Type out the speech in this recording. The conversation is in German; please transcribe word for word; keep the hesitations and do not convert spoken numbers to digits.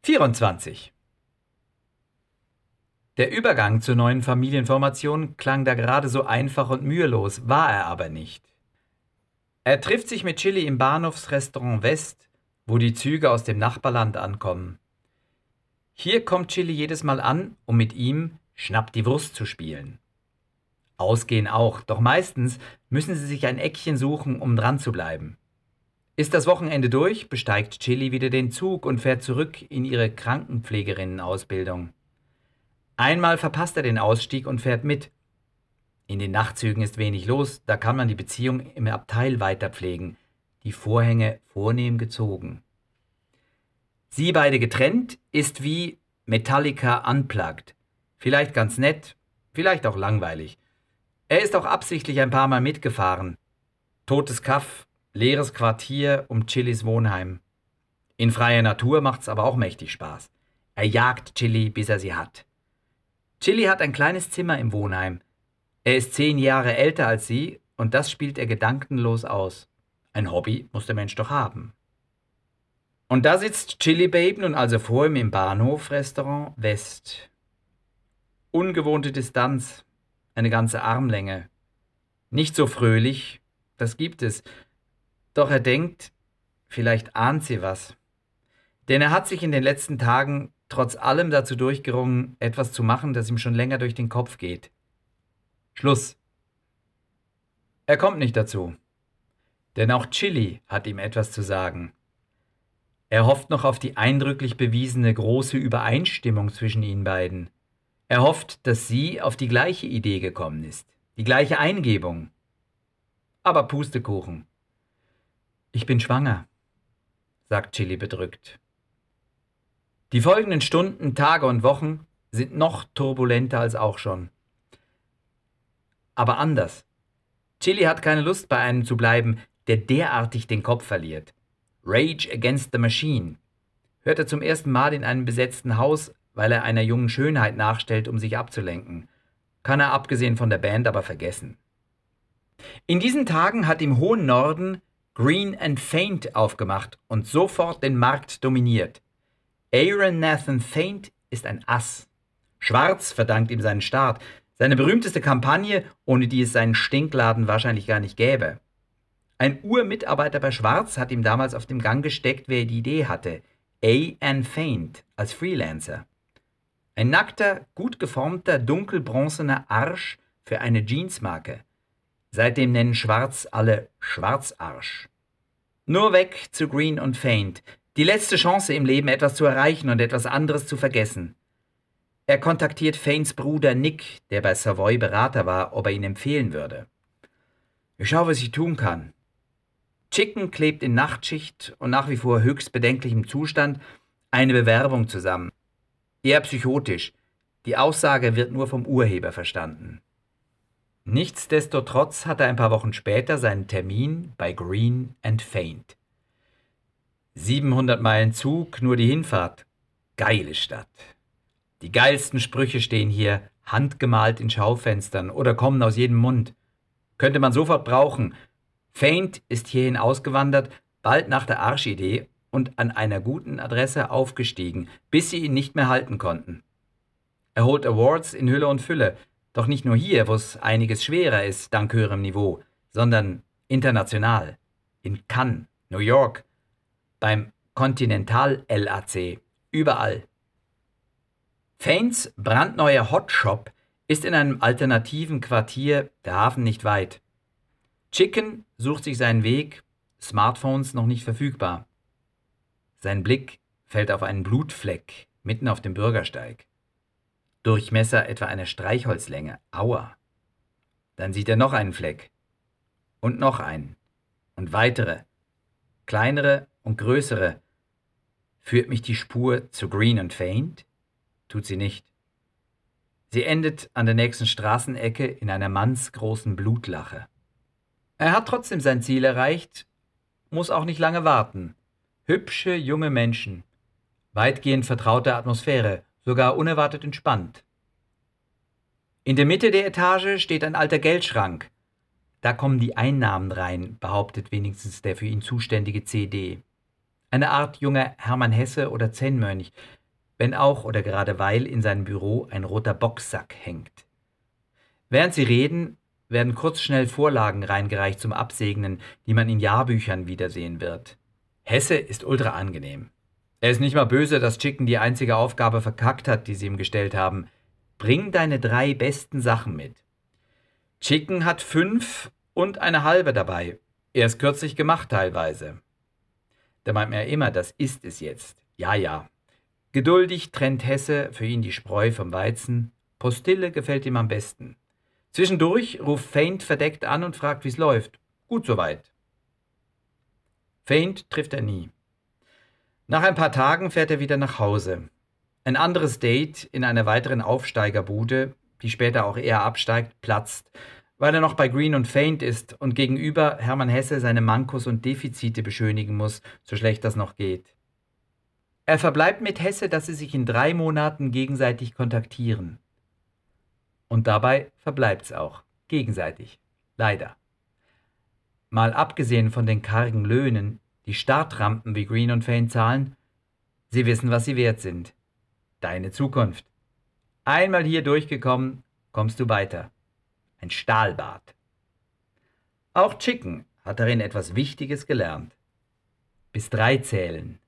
vierundzwanzig. Der Übergang zur neuen Familienformation klang da gerade so einfach und mühelos, war er aber nicht. Er trifft sich mit Chili im Bahnhofsrestaurant West, wo die Züge aus dem Nachbarland ankommen. Hier kommt Chili jedes Mal an, um mit ihm Schnapp die Wurst zu spielen. Ausgehen auch, doch meistens müssen sie sich ein Eckchen suchen, um dran zu bleiben. Ist das Wochenende durch, besteigt Chili wieder den Zug und fährt zurück in ihre Krankenpflegerinnenausbildung. Einmal verpasst er den Ausstieg und fährt mit. In den Nachtzügen ist wenig los, da kann man die Beziehung im Abteil weiter pflegen, die Vorhänge vornehm gezogen. Sie beide getrennt ist wie Metallica Unplugged. Vielleicht ganz nett, vielleicht auch langweilig. Er ist auch absichtlich ein paar Mal mitgefahren. Totes Kaff, leeres Quartier um Chilis Wohnheim. In freier Natur macht's aber auch mächtig Spaß. Er jagt Chili, bis er sie hat. Chili hat ein kleines Zimmer im Wohnheim. Er ist zehn Jahre älter als sie und das spielt er gedankenlos aus. Ein Hobby muss der Mensch doch haben. Und da sitzt Chili Babe nun also vor ihm im Bahnhofrestaurant West. Ungewohnte Distanz, eine ganze Armlänge. Nicht so fröhlich, das gibt es. Doch er denkt, vielleicht ahnt sie was. Denn er hat sich in den letzten Tagen trotz allem dazu durchgerungen, etwas zu machen, das ihm schon länger durch den Kopf geht. Schluss. Er kommt nicht dazu. Denn auch Chili hat ihm etwas zu sagen. Er hofft noch auf die eindrücklich bewiesene große Übereinstimmung zwischen ihnen beiden. Er hofft, dass sie auf die gleiche Idee gekommen ist, die gleiche Eingebung. Aber Pustekuchen. Ich bin schwanger, sagt Chili bedrückt. Die folgenden Stunden, Tage und Wochen sind noch turbulenter als auch schon. Aber anders. Chili hat keine Lust, bei einem zu bleiben, der derartig den Kopf verliert. Rage Against the Machine. Hört er zum ersten Mal in einem besetzten Haus, weil er einer jungen Schönheit nachstellt, um sich abzulenken. Kann er abgesehen von der Band aber vergessen. In diesen Tagen hat im hohen Norden Green and Faint aufgemacht und sofort den Markt dominiert. Aaron Nathan Faint ist ein Ass. Schwarz verdankt ihm seinen Start, seine berühmteste Kampagne, ohne die es seinen Stinkladen wahrscheinlich gar nicht gäbe. Ein Urmitarbeiter bei Schwarz hat ihm damals auf dem Gang gesteckt, wer die Idee hatte. A N Faint als Freelancer. Ein nackter, gut geformter, dunkelbronzener Arsch für eine Jeansmarke. Seitdem nennen Schwarz alle Schwarzarsch. Nur weg zu Green und Faint. Die letzte Chance im Leben, etwas zu erreichen und etwas anderes zu vergessen. Er kontaktiert Faints Bruder Nick, der bei Savoy Berater war, ob er ihn empfehlen würde. Ich schaue, was ich tun kann. Chicken klebt in Nachtschicht und nach wie vor höchst bedenklichem Zustand eine Bewerbung zusammen. Eher psychotisch. Die Aussage wird nur vom Urheber verstanden. Nichtsdestotrotz hat er ein paar Wochen später seinen Termin bei Green and Faint. siebenhundert Meilen Zug, nur die Hinfahrt. Geile Stadt. Die geilsten Sprüche stehen hier, handgemalt in Schaufenstern oder kommen aus jedem Mund. Könnte man sofort brauchen. Faint ist hierhin ausgewandert, bald nach der Arschidee und an einer guten Adresse aufgestiegen, bis sie ihn nicht mehr halten konnten. Er holt Awards in Hülle und Fülle, doch nicht nur hier, wo es einiges schwerer ist, dank höherem Niveau, sondern international. In Cannes, New York, beim Continental L A C, überall. Faints brandneuer Hotshop ist in einem alternativen Quartier, der Hafen nicht weit. Chicken sucht sich seinen Weg, Smartphones noch nicht verfügbar. Sein Blick fällt auf einen Blutfleck mitten auf dem Bürgersteig. Durchmesser etwa eine Streichholzlänge. Aua. Dann sieht er noch einen Fleck. Und noch einen. Und weitere. Kleinere und größere. Führt mich die Spur zu Green and Faint? Tut sie nicht. Sie endet an der nächsten Straßenecke in einer mannsgroßen Blutlache. Er hat trotzdem sein Ziel erreicht, muss auch nicht lange warten. Hübsche, junge Menschen. Weitgehend vertraute Atmosphäre, sogar unerwartet entspannt. In der Mitte der Etage steht ein alter Geldschrank. Da kommen die Einnahmen rein, behauptet wenigstens der für ihn zuständige C D. Eine Art junger Hermann Hesse oder Zen-Mönch. wenn auch oder gerade weil in seinem Büro ein roter Boxsack hängt. Während sie reden, werden kurz schnell Vorlagen reingereicht zum Absegnen, die man in Jahrbüchern wiedersehen wird. Hesse ist ultra angenehm. Er ist nicht mal böse, dass Chicken die einzige Aufgabe verkackt hat, die sie ihm gestellt haben. Bring deine drei besten Sachen mit. Chicken hat fünf und eine halbe dabei. Erst kürzlich gemacht teilweise. Da meint er immer, das ist es jetzt. Ja, ja. Geduldig trennt Hesse für ihn die Spreu vom Weizen. Postille gefällt ihm am besten. Zwischendurch ruft Faint verdeckt an und fragt, wie's läuft. Gut soweit. Faint trifft er nie. Nach ein paar Tagen fährt er wieder nach Hause. Ein anderes Date in einer weiteren Aufsteigerbude, die später auch er absteigt, platzt, weil er noch bei Green und Faint ist und gegenüber Hermann Hesse seine Mankos und Defizite beschönigen muss, so schlecht das noch geht. Er verbleibt mit Hesse, dass sie sich in drei Monaten gegenseitig kontaktieren. Und dabei verbleibt's auch, gegenseitig, leider. Mal abgesehen von den kargen Löhnen, die Startrampen wie Green und Faint zahlen, sie wissen, was sie wert sind. Deine Zukunft. Einmal hier durchgekommen, kommst du weiter. Ein Stahlbad. Auch Chicken hat darin etwas Wichtiges gelernt. Bis drei zählen.